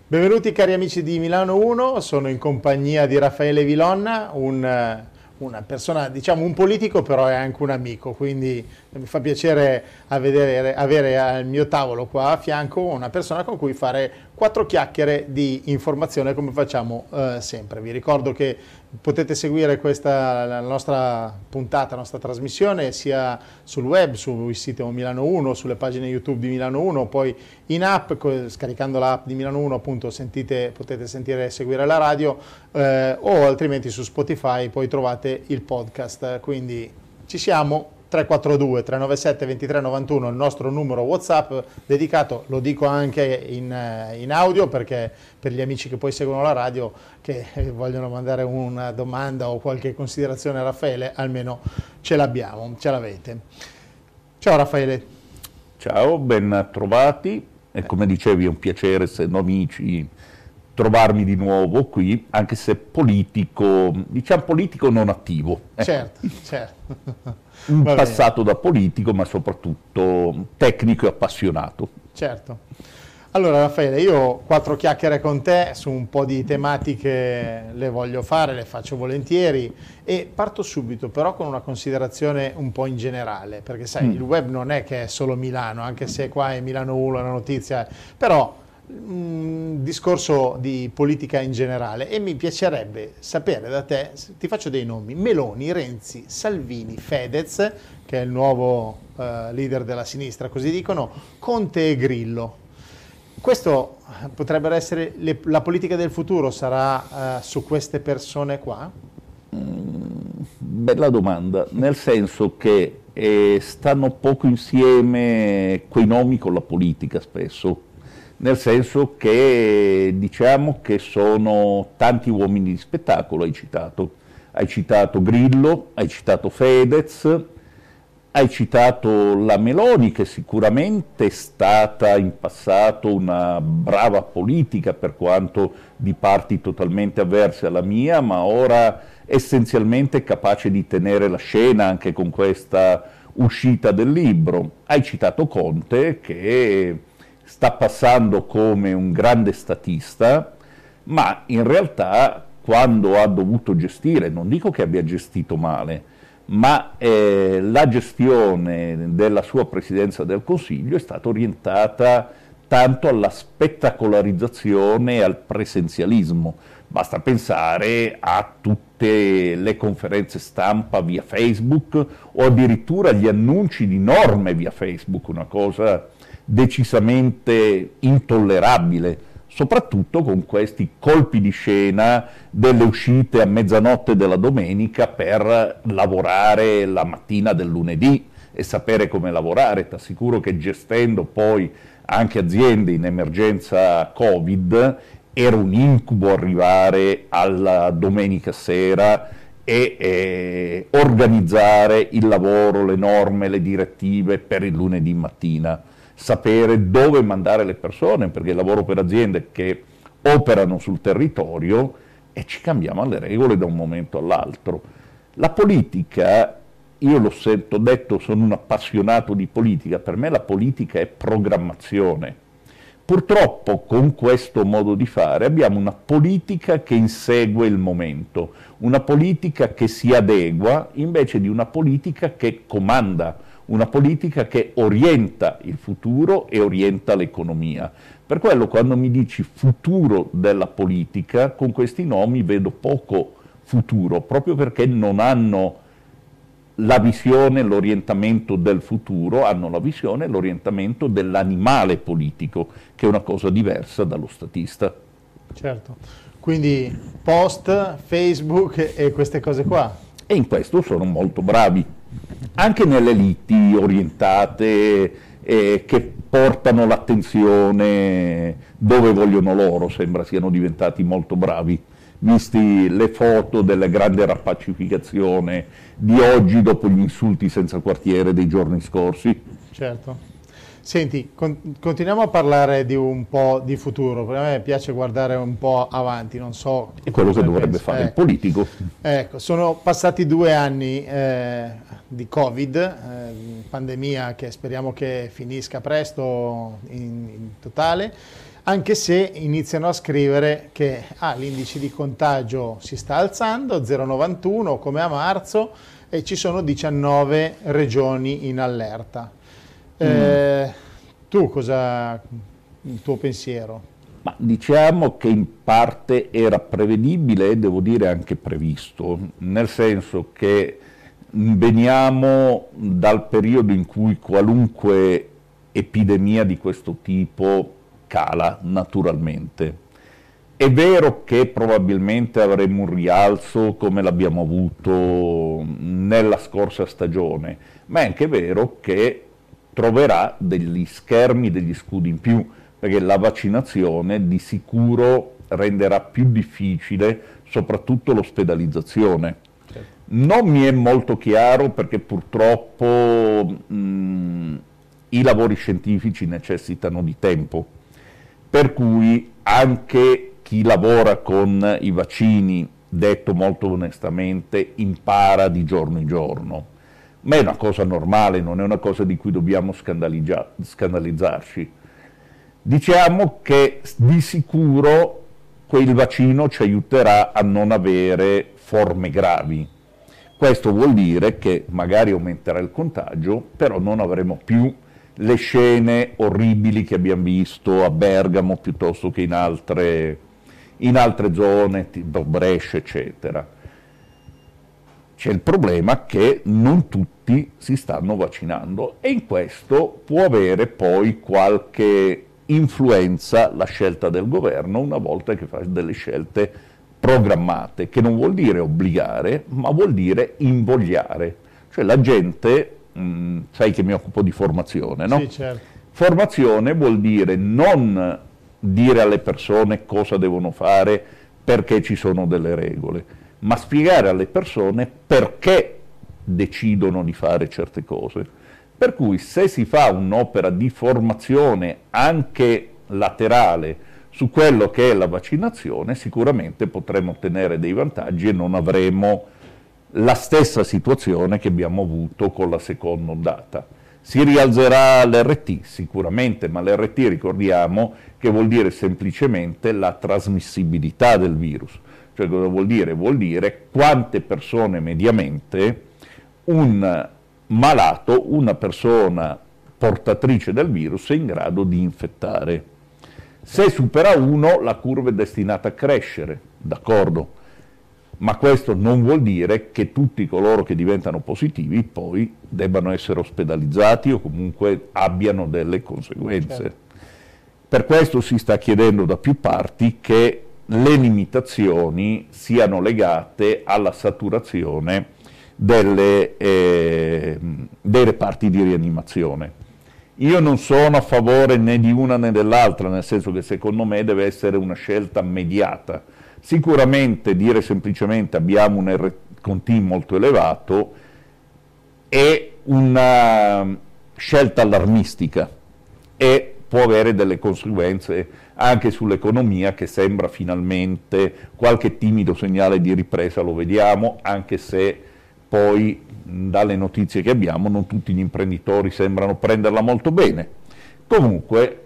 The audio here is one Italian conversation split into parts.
Benvenuti cari amici di Milano 1, sono in compagnia di Raffaele Vilonna, una persona, diciamo un politico, però è anche un amico, quindi mi fa piacere avere al mio tavolo qua a fianco una persona con cui fare quattro chiacchiere di informazione come facciamo sempre. Vi ricordo che potete seguire la nostra puntata, la nostra trasmissione sia sul web, sul sito Milano 1, sulle pagine YouTube di Milano 1, poi in app, scaricando l'app di Milano 1 appunto potete sentire e seguire la radio o altrimenti su Spotify poi trovate il podcast. Quindi ci siamo. 342 397 2391 il nostro numero WhatsApp dedicato, lo dico anche in audio perché per gli amici che poi seguono la radio che vogliono mandare una domanda o qualche considerazione a Raffaele, almeno ce l'avete. Ciao Raffaele. Ciao, ben trovati e come dicevi è un piacere, essendo amici, trovarmi di nuovo qui, anche se politico, diciamo politico non attivo. Certo. Un passato da politico, ma soprattutto tecnico e appassionato. Certo. Allora Raffaele, io quattro chiacchiere con te su un po' di tematiche le voglio fare, le faccio volentieri e parto subito però con una considerazione un po' in generale, perché sai, il web non è che è solo Milano, anche se qua è Milano 1 la notizia, però un discorso di politica in generale e mi piacerebbe sapere da te, ti faccio dei nomi: Meloni, Renzi, Salvini, Fedez, che è il nuovo leader della sinistra, così dicono, Conte e Grillo. Questo potrebbero essere la politica del futuro, sarà su queste persone qua? Bella domanda, nel senso che stanno poco insieme quei nomi con la politica spesso. Nel senso che diciamo che sono tanti uomini di spettacolo, hai citato Grillo, hai citato Fedez, hai citato la Meloni che sicuramente è stata in passato una brava politica per quanto di parti totalmente avverse alla mia, ma ora essenzialmente è capace di tenere la scena anche con questa uscita del libro. Hai citato Conte che sta passando come un grande statista, ma in realtà quando ha dovuto gestire, non dico che abbia gestito male, ma la gestione della sua presidenza del Consiglio è stata orientata tanto alla spettacolarizzazione e al presenzialismo. Basta pensare a tutte le conferenze stampa via Facebook o addirittura gli annunci di norme via Facebook, una cosa decisamente intollerabile, soprattutto con questi colpi di scena delle uscite a mezzanotte della domenica per lavorare la mattina del lunedì e sapere come lavorare. Ti assicuro che gestendo poi anche aziende in emergenza Covid era un incubo arrivare alla domenica sera e organizzare il lavoro, le norme, le direttive per il lunedì mattina. Sapere dove mandare le persone, perché lavoro per aziende che operano sul territorio e ci cambiamo le regole da un momento all'altro. La politica, io l'ho sempre detto, sono un appassionato di politica, per me la politica è programmazione. Purtroppo con questo modo di fare abbiamo una politica che insegue il momento, una politica che si adegua invece di una politica che comanda, una politica che orienta il futuro e orienta l'economia. Per quello quando mi dici futuro della politica, con questi nomi vedo poco futuro, proprio perché non hanno la visione, l'orientamento del futuro, hanno la visione e l'orientamento dell'animale politico, che è una cosa diversa dallo statista. Certo, quindi post, Facebook e queste cose qua. E in questo sono molto bravi. Anche nelle liti orientate che portano l'attenzione dove vogliono loro, sembra siano diventati molto bravi, visti le foto della grande rappacificazione di oggi dopo gli insulti senza quartiere dei giorni scorsi. Certo. Senti, continuiamo a parlare di un po' di futuro, perché a me piace guardare un po' avanti, non so... È quello che dovrebbe fare il politico. Ecco, sono passati 2 anni di Covid, pandemia che speriamo che finisca presto in totale. anche se iniziano a scrivere che l'indice di contagio si sta alzando, 0,91 come a marzo, e ci sono 19 regioni in allerta. Tu cosa, il tuo pensiero? Ma diciamo che in parte era prevedibile e devo dire anche previsto, nel senso che veniamo dal periodo in cui qualunque epidemia di questo tipo cala naturalmente. È vero che probabilmente avremo un rialzo come l'abbiamo avuto nella scorsa stagione, ma è anche vero che troverà degli schermi, degli scudi in più, perché la vaccinazione di sicuro renderà più difficile soprattutto l'ospedalizzazione. Certo. Non mi è molto chiaro perché purtroppo i lavori scientifici necessitano di tempo, per cui anche chi lavora con i vaccini, detto molto onestamente, impara di giorno in giorno. Ma è una cosa normale, non è una cosa di cui dobbiamo scandalizzarci. Diciamo che di sicuro quel vaccino ci aiuterà a non avere forme gravi. Questo vuol dire che magari aumenterà il contagio, però non avremo più le scene orribili che abbiamo visto a Bergamo piuttosto che in altre zone, tipo Brescia, eccetera. C'è il problema che non tutti si stanno vaccinando e in questo può avere poi qualche influenza la scelta del governo una volta che fa delle scelte programmate, che non vuol dire obbligare, ma vuol dire invogliare. Cioè la gente, sai che mi occupo di formazione, no? Sì, certo. Formazione vuol dire non dire alle persone cosa devono fare perché ci sono delle regole, ma spiegare alle persone perché decidono di fare certe cose. Per cui se si fa un'opera di formazione anche laterale su quello che è la vaccinazione, sicuramente potremo ottenere dei vantaggi e non avremo la stessa situazione che abbiamo avuto con la seconda ondata. Si rialzerà l'RT? Sicuramente, ma l'RT ricordiamo che vuol dire semplicemente la trasmissibilità del virus. Cioè cosa vuol dire? Vuol dire quante persone mediamente un malato, una persona portatrice del virus è in grado di infettare. Se supera 1 la curva è destinata a crescere, d'accordo? Ma questo non vuol dire che tutti coloro che diventano positivi poi debbano essere ospedalizzati o comunque abbiano delle conseguenze. Certo. Per questo si sta chiedendo da più parti che le limitazioni siano legate alla saturazione dei reparti di rianimazione. Io non sono a favore né di una né dell'altra, nel senso che secondo me deve essere una scelta mediata. Sicuramente dire semplicemente abbiamo un RT molto elevato è una scelta allarmistica e può avere delle conseguenze anche sull'economia, che sembra finalmente qualche timido segnale di ripresa lo vediamo, anche se poi dalle notizie che abbiamo non tutti gli imprenditori sembrano prenderla molto bene. Comunque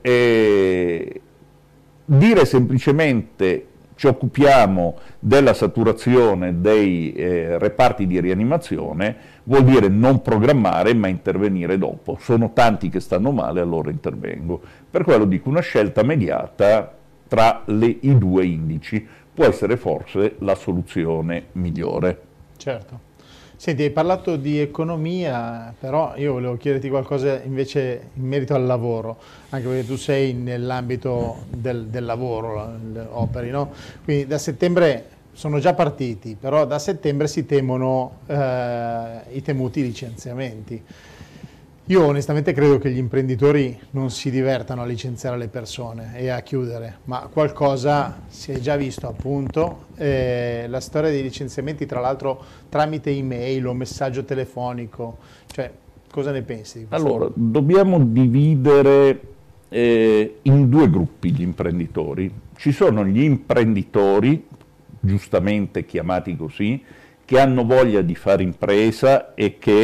dire semplicemente ci occupiamo della saturazione dei reparti di rianimazione vuol dire non programmare ma intervenire dopo. Sono tanti che stanno male, allora intervengo. Per quello dico una scelta mediata tra i due indici può essere forse la soluzione migliore. Certo. Senti, hai parlato di economia, però io volevo chiederti qualcosa invece in merito al lavoro, anche perché tu sei nell'ambito del lavoro, operi, no? Quindi da settembre sono già partiti, però da settembre si temono i temuti licenziamenti. Io onestamente credo che gli imprenditori non si divertano a licenziare le persone e a chiudere, ma qualcosa si è già visto appunto. La storia dei licenziamenti, tra l'altro tramite email o messaggio telefonico, cioè cosa ne pensi di questo? Allora, dobbiamo dividere in due gruppi gli imprenditori. Ci sono gli imprenditori, giustamente chiamati così, che hanno voglia di fare impresa e che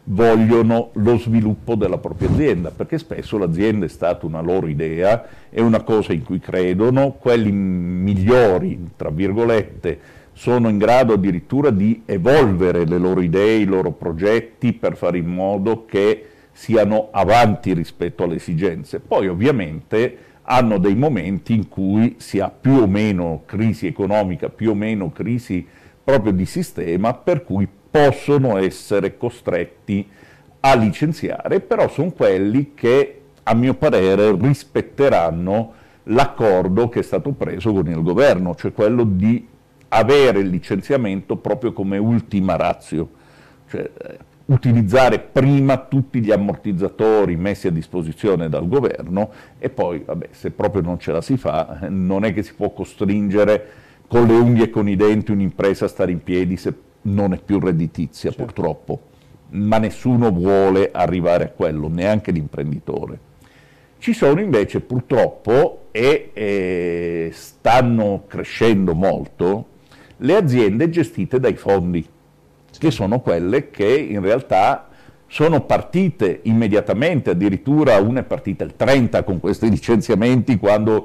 vogliono lo sviluppo della propria azienda, perché spesso l'azienda è stata una loro idea, è una cosa in cui credono, quelli migliori, tra virgolette, sono in grado addirittura di evolvere le loro idee, i loro progetti per fare in modo che siano avanti rispetto alle esigenze. Poi ovviamente hanno dei momenti in cui si ha più o meno crisi economica, più o meno crisi proprio di sistema, per cui possono essere costretti a licenziare, però sono quelli che, a mio parere, rispetteranno l'accordo che è stato preso con il governo, cioè quello di avere il licenziamento proprio come ultima ratio, cioè utilizzare prima tutti gli ammortizzatori messi a disposizione dal governo e poi, vabbè, se proprio non ce la si fa, non è che si può costringere con le unghie e con i denti un'impresa a stare in piedi se non è più redditizia, certo, purtroppo, ma nessuno vuole arrivare a quello, neanche l'imprenditore. Ci sono invece purtroppo, e stanno crescendo molto, le aziende gestite dai fondi, che sono quelle che in realtà sono partite immediatamente, addirittura una è partita il 30 con questi licenziamenti quando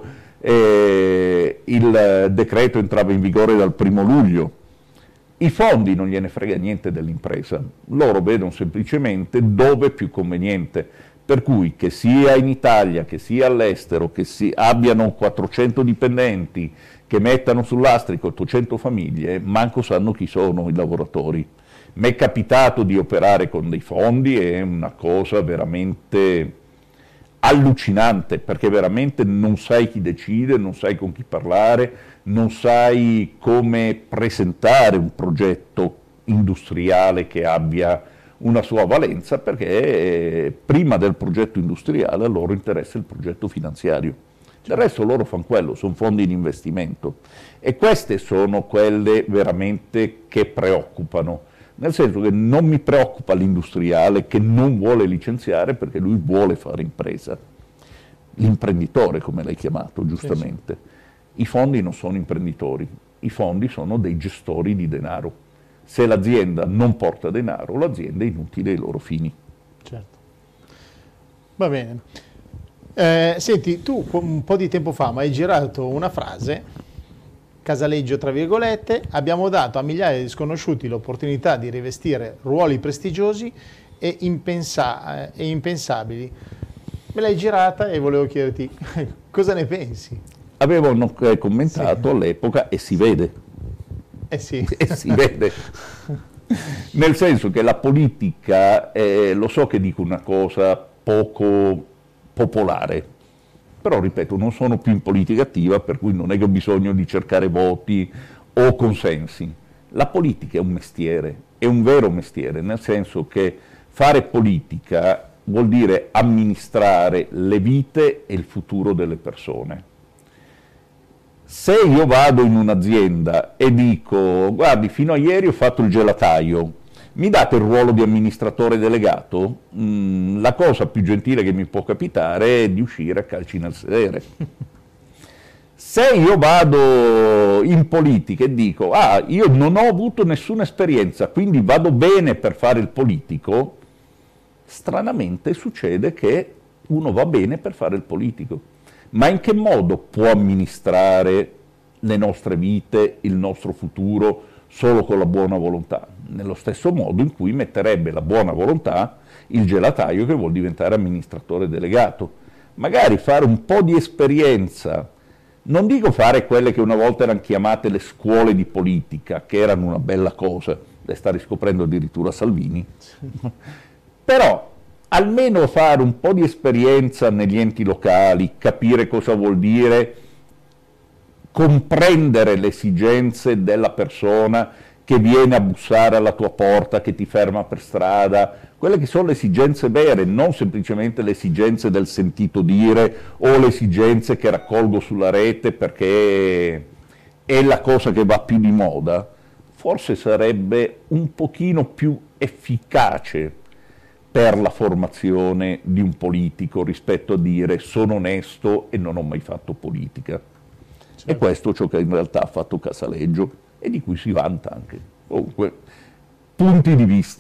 il decreto entrava in vigore dal 1° luglio. I fondi non gliene frega niente dell'impresa, loro vedono semplicemente dove è più conveniente, per cui che sia in Italia, che sia all'estero, che abbiano 400 dipendenti, che mettano sull'astrico 800 famiglie, manco sanno chi sono i lavoratori. Mi è capitato di operare con dei fondi, è una cosa veramente allucinante, perché veramente non sai chi decide, non sai con chi parlare, non sai come presentare un progetto industriale che abbia una sua valenza, perché prima del progetto industriale a loro interessa il progetto finanziario. Del resto loro fanno quello, sono fondi di investimento, e queste sono quelle veramente che preoccupano, nel senso che non mi preoccupa l'industriale che non vuole licenziare perché lui vuole fare impresa, l'imprenditore come l'hai chiamato giustamente. Sì, sì. I fondi non sono imprenditori, i fondi sono dei gestori di denaro. Se l'azienda non porta denaro, l'azienda è inutile ai loro fini. Certo. Va bene. Senti, tu un po' di tempo fa mi hai girato una frase, Casaleggio tra virgolette, abbiamo dato a migliaia di sconosciuti l'opportunità di rivestire ruoli prestigiosi e impensabili. Me l'hai girata e volevo chiederti cosa ne pensi? Avevano commentato all'epoca e si vede. Sì. E si vede. Nel senso che la politica, lo so che dico una cosa poco popolare, però ripeto, non sono più in politica attiva, per cui non è che ho bisogno di cercare voti o consensi. La politica è un mestiere, è un vero mestiere, nel senso che fare politica vuol dire amministrare le vite e il futuro delle persone. Se io vado in un'azienda e dico, guardi, fino a ieri ho fatto il gelataio, mi date il ruolo di amministratore delegato? La cosa più gentile che mi può capitare è di uscire a calci nel sedere. Se io vado in politica e dico, io non ho avuto nessuna esperienza, quindi vado bene per fare il politico, stranamente succede che uno va bene per fare il politico. Ma in che modo può amministrare le nostre vite, il nostro futuro, solo con la buona volontà? Nello stesso modo in cui metterebbe la buona volontà il gelataio che vuol diventare amministratore delegato. Magari fare un po' di esperienza, non dico fare quelle che una volta erano chiamate le scuole di politica, che erano una bella cosa, le sta riscoprendo addirittura Salvini, però almeno fare un po' di esperienza negli enti locali, capire cosa vuol dire, comprendere le esigenze della persona che viene a bussare alla tua porta, che ti ferma per strada, quelle che sono le esigenze vere, non semplicemente le esigenze del sentito dire o le esigenze che raccolgo sulla rete perché è la cosa che va più di moda, forse sarebbe un pochino più efficace per la formazione di un politico rispetto a dire sono onesto e non ho mai fatto politica. Certo. E questo è ciò che in realtà ha fatto Casaleggio e di cui si vanta anche. Comunque, punti di vista.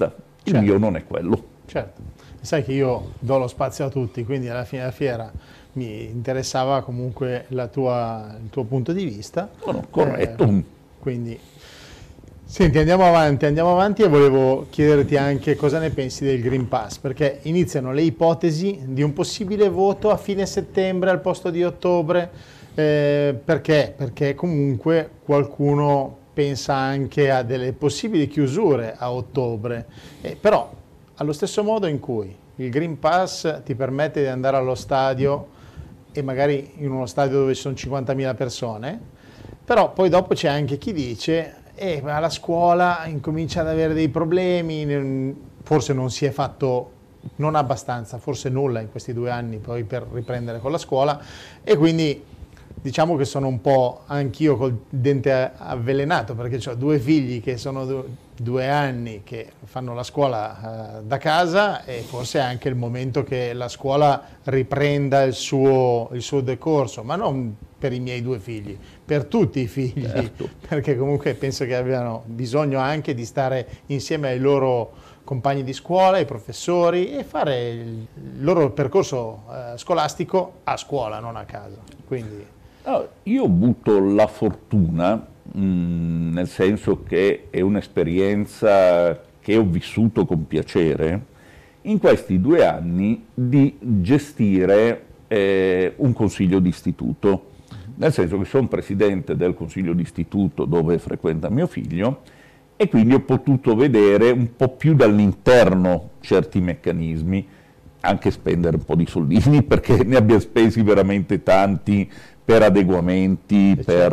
Il mio non è quello. Certo, sai che io do lo spazio a tutti, quindi alla fine della fiera mi interessava comunque il tuo punto di vista. Corretto. Quindi, senti, andiamo avanti e volevo chiederti anche cosa ne pensi del Green Pass, perché iniziano le ipotesi di un possibile voto a fine settembre al posto di ottobre, perché? Perché comunque qualcuno pensa anche a delle possibili chiusure a ottobre, però allo stesso modo in cui il Green Pass ti permette di andare allo stadio e magari in uno stadio dove ci sono 50.000 persone, però poi dopo c'è anche chi dice ma la scuola incomincia ad avere dei problemi, forse non si è fatto non abbastanza, forse nulla in questi 2 anni poi per riprendere con la scuola, e quindi diciamo che sono un po' anch'io col dente avvelenato, perché ho 2 figli che sono 2 anni che fanno la scuola da casa, e forse è anche il momento che la scuola riprenda il suo decorso, ma non per i miei 2 figli, per tutti i figli, certo. Perché comunque penso che abbiano bisogno anche di stare insieme ai loro compagni di scuola, ai professori, e fare il loro percorso scolastico a scuola, non a casa. Quindi io ho avuto la fortuna, nel senso che è un'esperienza che ho vissuto con piacere, in questi 2 anni di gestire un consiglio d'istituto, nel senso che sono presidente del consiglio d'istituto dove frequenta mio figlio, e quindi ho potuto vedere un po' più dall'interno certi meccanismi, anche spendere un po' di soldini, perché ne abbiamo spesi veramente tanti per adeguamenti,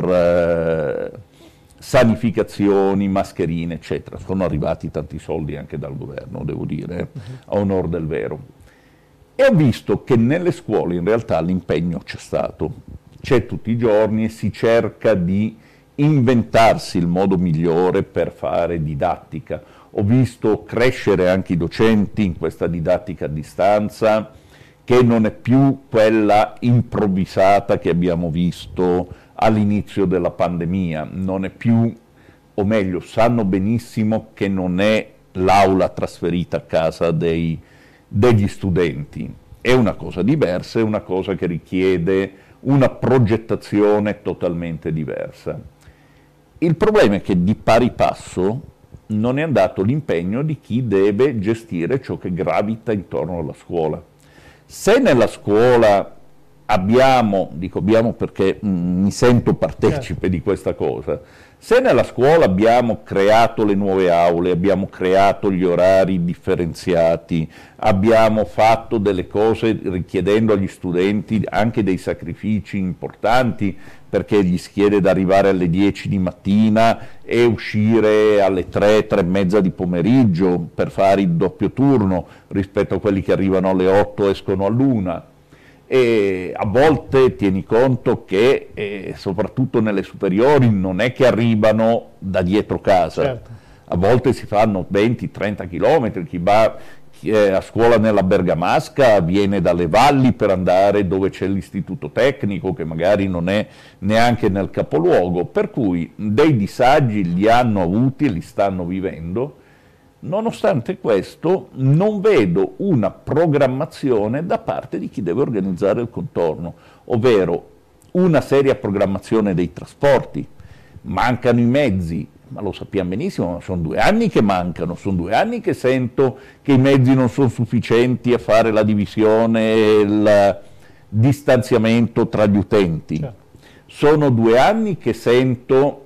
per sanificazioni, mascherine, eccetera. Sono arrivati tanti soldi anche dal governo, devo dire, a onor del vero. E ho visto che nelle scuole in realtà l'impegno c'è stato, c'è tutti i giorni, e si cerca di inventarsi il modo migliore per fare didattica. Ho visto crescere anche i docenti in questa didattica a distanza, che non è più quella improvvisata che abbiamo visto all'inizio della pandemia, non è più, o meglio, sanno benissimo che non è l'aula trasferita a casa degli studenti, è una cosa diversa, è una cosa che richiede una progettazione totalmente diversa. Il problema è che di pari passo non è andato l'impegno di chi deve gestire ciò che gravita intorno alla scuola. Se nella scuola abbiamo, dico abbiamo perché mi sento partecipe di questa cosa, se nella scuola abbiamo creato le nuove aule, abbiamo creato gli orari differenziati, abbiamo fatto delle cose richiedendo agli studenti anche dei sacrifici importanti, perché gli si chiede di arrivare alle 10 di mattina e uscire alle 3, 3 e mezza di pomeriggio per fare il doppio turno, rispetto a quelli che arrivano alle 8 e escono all'1. E a volte tieni conto che, soprattutto nelle superiori, non è che arrivano da dietro casa, certo. A volte si fanno 20-30 km, chi va a scuola nella Bergamasca viene dalle valli per andare dove c'è l'istituto tecnico, che magari non è neanche nel capoluogo, per cui dei disagi li hanno avuti e li stanno vivendo. Nonostante questo non vedo una programmazione da parte di chi deve organizzare il contorno, ovvero una seria programmazione dei trasporti. Mancano i mezzi, ma lo sappiamo benissimo, sono 2 anni che mancano, sono 2 anni che sento che i mezzi non sono sufficienti a fare la divisione e il distanziamento tra gli utenti. Certo. Sono 2 anni che sento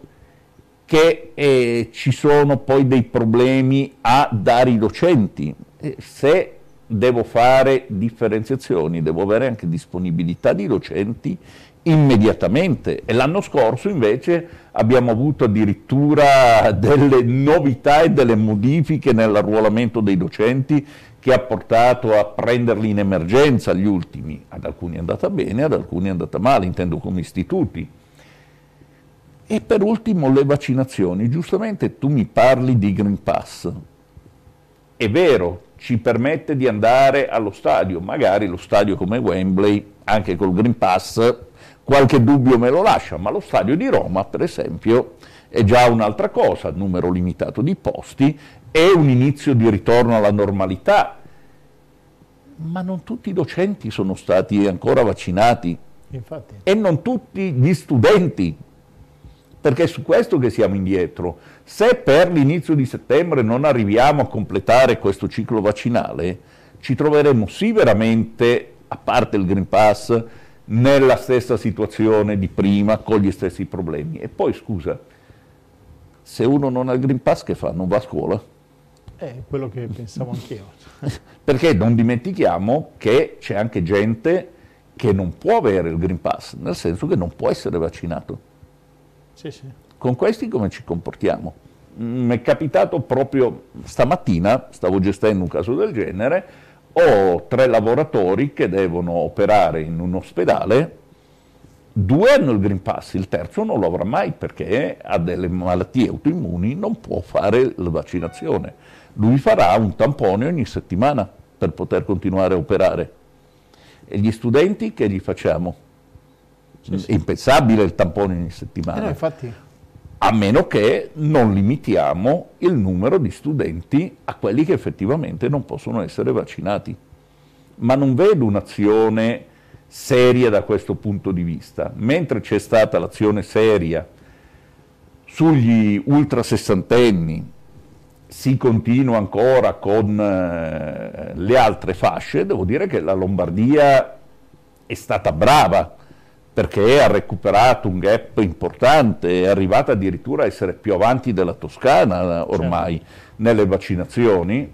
che ci sono poi dei problemi a dare i docenti. Se devo fare differenziazioni, devo avere anche disponibilità di docenti immediatamente, e l'anno scorso invece abbiamo avuto addirittura delle novità e delle modifiche nell'arruolamento dei docenti, che ha portato a prenderli in emergenza gli ultimi. Ad alcuni è andata bene, ad alcuni è andata male, intendo come istituti. E per ultimo le vaccinazioni. Giustamente tu mi parli di Green Pass. È vero, ci permette di andare allo stadio, magari lo stadio come Wembley, anche col Green Pass, qualche dubbio me lo lascia, ma lo stadio di Roma, per esempio, è già un'altra cosa, numero limitato di posti, è un inizio di ritorno alla normalità, ma non tutti i docenti sono stati ancora vaccinati. Infatti. E non tutti gli studenti, perché è su questo che siamo indietro. Se per l'inizio di settembre non arriviamo a completare questo ciclo vaccinale, ci troveremo sì veramente, a parte il Green Pass, nella stessa situazione di prima, con gli stessi problemi. E poi, scusa, se uno non ha il Green Pass, che fa? Non va a scuola? È quello che pensavo anch'io. Perché non dimentichiamo che c'è anche gente che non può avere il Green Pass, nel senso che non può essere vaccinato. Sì, sì. Con questi come ci comportiamo? Mi è capitato proprio stamattina, stavo gestendo un caso del genere, ho 3 lavoratori che devono operare in un ospedale, 2 hanno il Green Pass, il terzo non lo avrà mai perché ha delle malattie autoimmuni, non può fare la vaccinazione. Lui farà un tampone ogni settimana per poter continuare a operare. E gli studenti che gli facciamo? Sì, sì. È impensabile il tampone ogni settimana. No, infatti. A meno che non limitiamo il numero di studenti a quelli che effettivamente non possono essere vaccinati. Ma non vedo un'azione seria da questo punto di vista. Mentre c'è stata l'azione seria sugli ultra sessantenni, si continua ancora con le altre fasce, devo dire che la Lombardia è stata brava, perché ha recuperato un gap importante, è arrivata addirittura a essere più avanti della Toscana ormai nelle vaccinazioni,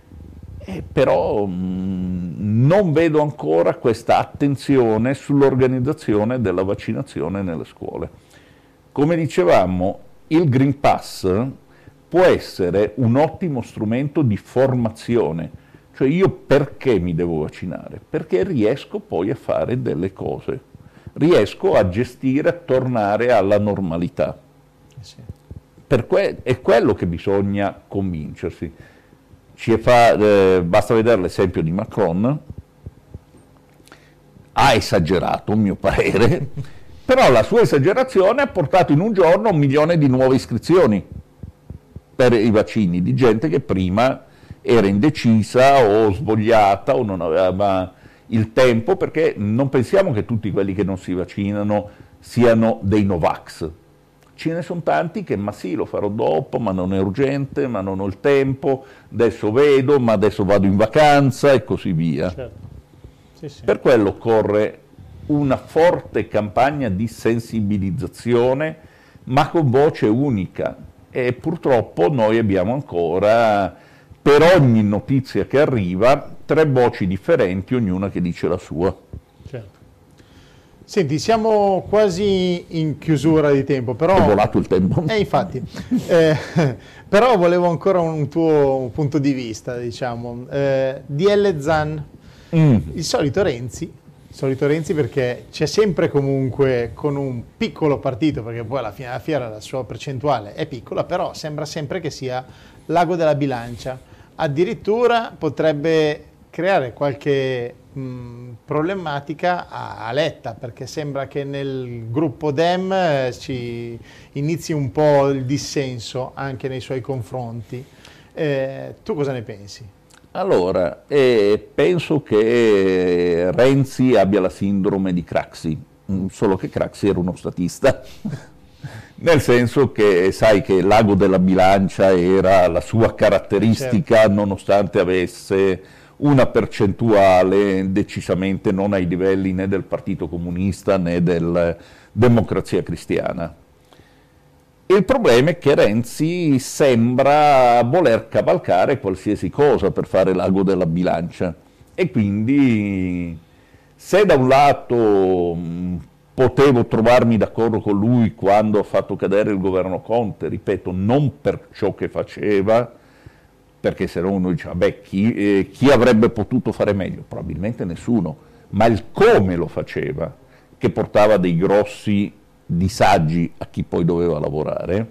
però non vedo ancora questa attenzione sull'organizzazione della vaccinazione nelle scuole. Come dicevamo, il Green Pass può essere un ottimo strumento di formazione, cioè io perché mi devo vaccinare? Perché riesco poi a fare delle cose. Riesco a gestire, a tornare alla normalità. Sì. È quello che bisogna convincersi. Basta vedere l'esempio di Macron, ha esagerato, a mio parere, però la sua esagerazione ha portato in un giorno 1 milione di nuove iscrizioni per i vaccini, di gente che prima era indecisa o svogliata o non aveva il tempo, perché non pensiamo che tutti quelli che non si vaccinano siano dei Novax. Ce ne sono tanti che, ma sì, lo farò dopo, ma non è urgente, ma non ho il tempo, adesso vedo, ma adesso vado in vacanza e così via. Certo. Sì, sì. Per quello occorre una forte campagna di sensibilizzazione, ma con voce unica. E purtroppo noi abbiamo ancora, per ogni notizia che arriva, 3 voci differenti, ognuna che dice la sua. Certo. Senti, siamo quasi in chiusura di tempo, però... È volato il tempo. Infatti. Però volevo ancora un tuo punto di vista, diciamo. DL Zan, il solito Renzi perché c'è sempre comunque con un piccolo partito, perché poi alla fine della fiera la sua percentuale è piccola, però sembra sempre che sia l'ago della bilancia. Addirittura potrebbe creare qualche problematica a Letta, perché sembra che nel gruppo Dem ci inizi un po' il dissenso anche nei suoi confronti. Tu cosa ne pensi? Allora, penso che Renzi abbia la sindrome di Craxi, solo che Craxi era uno statista, nel senso che sai che l'ago della bilancia era la sua caratteristica, certo, nonostante avesse una percentuale decisamente non ai livelli né del Partito Comunista né del Democrazia Cristiana. Il problema è che Renzi sembra voler cavalcare qualsiasi cosa per fare l'ago della bilancia, e quindi se da un lato potevo trovarmi d'accordo con lui quando ha fatto cadere il governo Conte, ripeto, non per ciò che faceva, perché se no uno dice, vabbè, chi avrebbe potuto fare meglio? Probabilmente nessuno, ma il come lo faceva, che portava dei grossi disagi a chi poi doveva lavorare.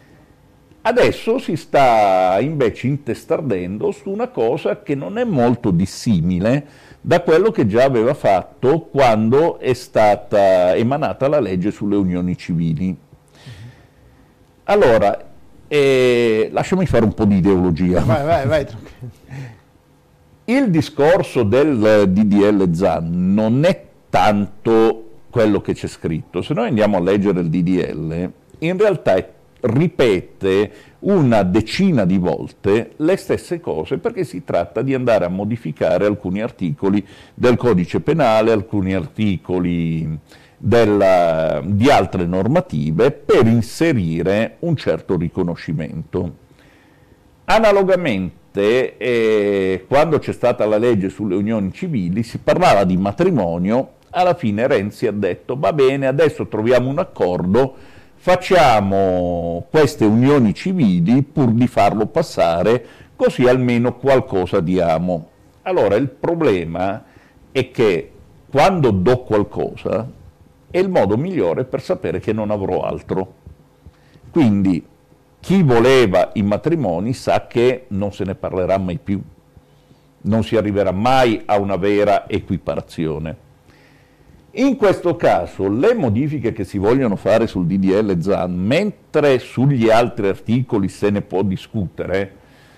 Adesso si sta invece intestardendo su una cosa che non è molto dissimile da quello che già aveva fatto quando è stata emanata la legge sulle unioni civili. Allora, lasciami fare un po' di ideologia. Vai. Il discorso del DDL Zan non è tanto quello che c'è scritto. Se noi andiamo a leggere il DDL, in realtà ripete una decina di volte le stesse cose, perché si tratta di andare a modificare alcuni articoli del codice penale, alcuni articoli di altre normative per inserire un certo riconoscimento. Analogamente, quando c'è stata la legge sulle unioni civili, si parlava di matrimonio. Alla fine Renzi ha detto: va bene, adesso troviamo un accordo, facciamo queste unioni civili pur di farlo passare, così almeno qualcosa diamo. Allora il problema è che quando do qualcosa è il modo migliore per sapere che non avrò altro. Quindi chi voleva i matrimoni sa che non se ne parlerà mai più, non si arriverà mai a una vera equiparazione. In questo caso le modifiche che si vogliono fare sul DDL Zan, mentre sugli altri articoli se ne può discutere,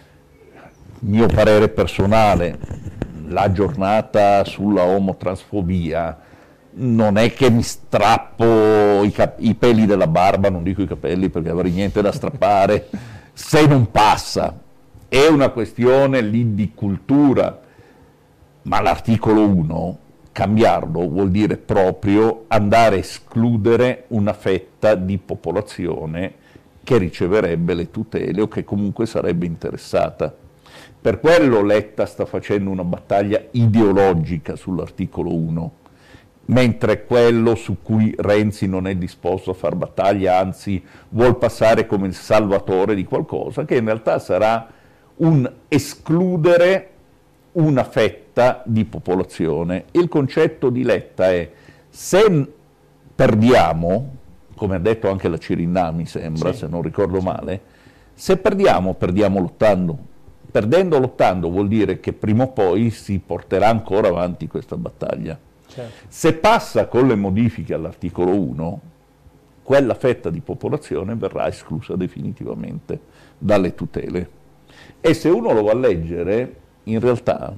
mio parere personale, la giornata sulla omotransfobia, non è che mi strappo i peli della barba, non dico i capelli perché avrei niente da strappare, se non passa. È una questione lì di cultura, ma l'articolo 1, cambiarlo vuol dire proprio andare a escludere una fetta di popolazione che riceverebbe le tutele o che comunque sarebbe interessata. Per quello Letta sta facendo una battaglia ideologica sull'articolo 1, mentre quello su cui Renzi non è disposto a far battaglia, anzi vuol passare come il salvatore di qualcosa, che in realtà sarà un escludere una fetta di popolazione. Il concetto di Letta è: se perdiamo, come ha detto anche la Cirinnà, mi sembra, se non ricordo male, se perdiamo lottando. Perdendo lottando vuol dire che prima o poi si porterà ancora avanti questa battaglia. Certo. Se passa con le modifiche all'articolo 1, quella fetta di popolazione verrà esclusa definitivamente dalle tutele. E se uno lo va a leggere, in realtà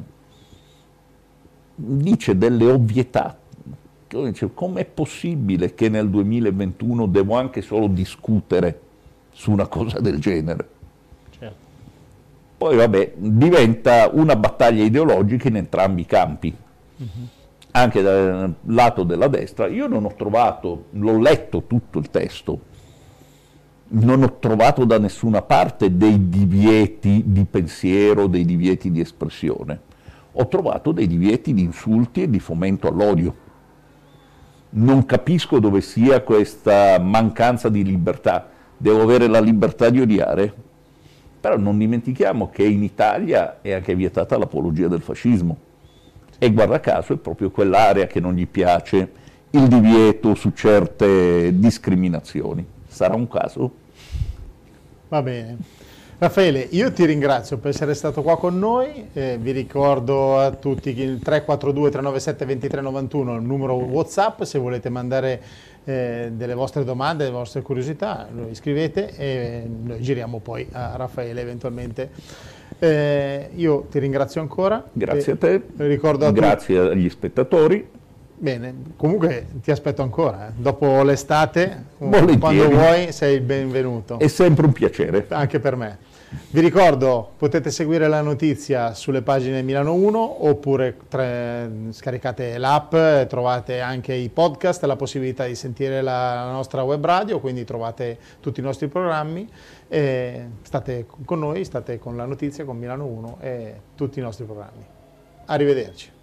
dice delle ovvietà. Com'è possibile che nel 2021 devo anche solo discutere su una cosa del genere? Certo. Poi vabbè, diventa una battaglia ideologica in entrambi i campi. Anche dal lato della destra. Io non ho trovato, l'ho letto tutto il testo, non ho trovato da nessuna parte dei divieti di pensiero, dei divieti di espressione. Ho trovato dei divieti di insulti e di fomento all'odio. Non capisco dove sia questa mancanza di libertà. Devo avere la libertà di odiare? Però non dimentichiamo che in Italia è anche vietata l'apologia del fascismo. E guarda caso è proprio quell'area che non gli piace il divieto su certe discriminazioni. Sarà un caso? Va bene. Raffaele, io ti ringrazio per essere stato qua con noi, vi ricordo a tutti che il 342 397 2391 è il numero WhatsApp, se volete mandare delle vostre domande, delle vostre curiosità, lo iscrivete e noi giriamo poi a Raffaele eventualmente. Io ti ringrazio ancora. Grazie a te, ricordo a grazie agli spettatori. Bene, comunque ti aspetto ancora, dopo l'estate, Volentieri. Quando vuoi sei il benvenuto. È sempre un piacere. Anche per me. Vi ricordo, potete seguire la notizia sulle pagine Milano 1 oppure scaricate l'app, trovate anche i podcast, la possibilità di sentire la nostra web radio, quindi trovate tutti i nostri programmi. State con noi, state con la notizia, con Milano 1 e tutti i nostri programmi. Arrivederci.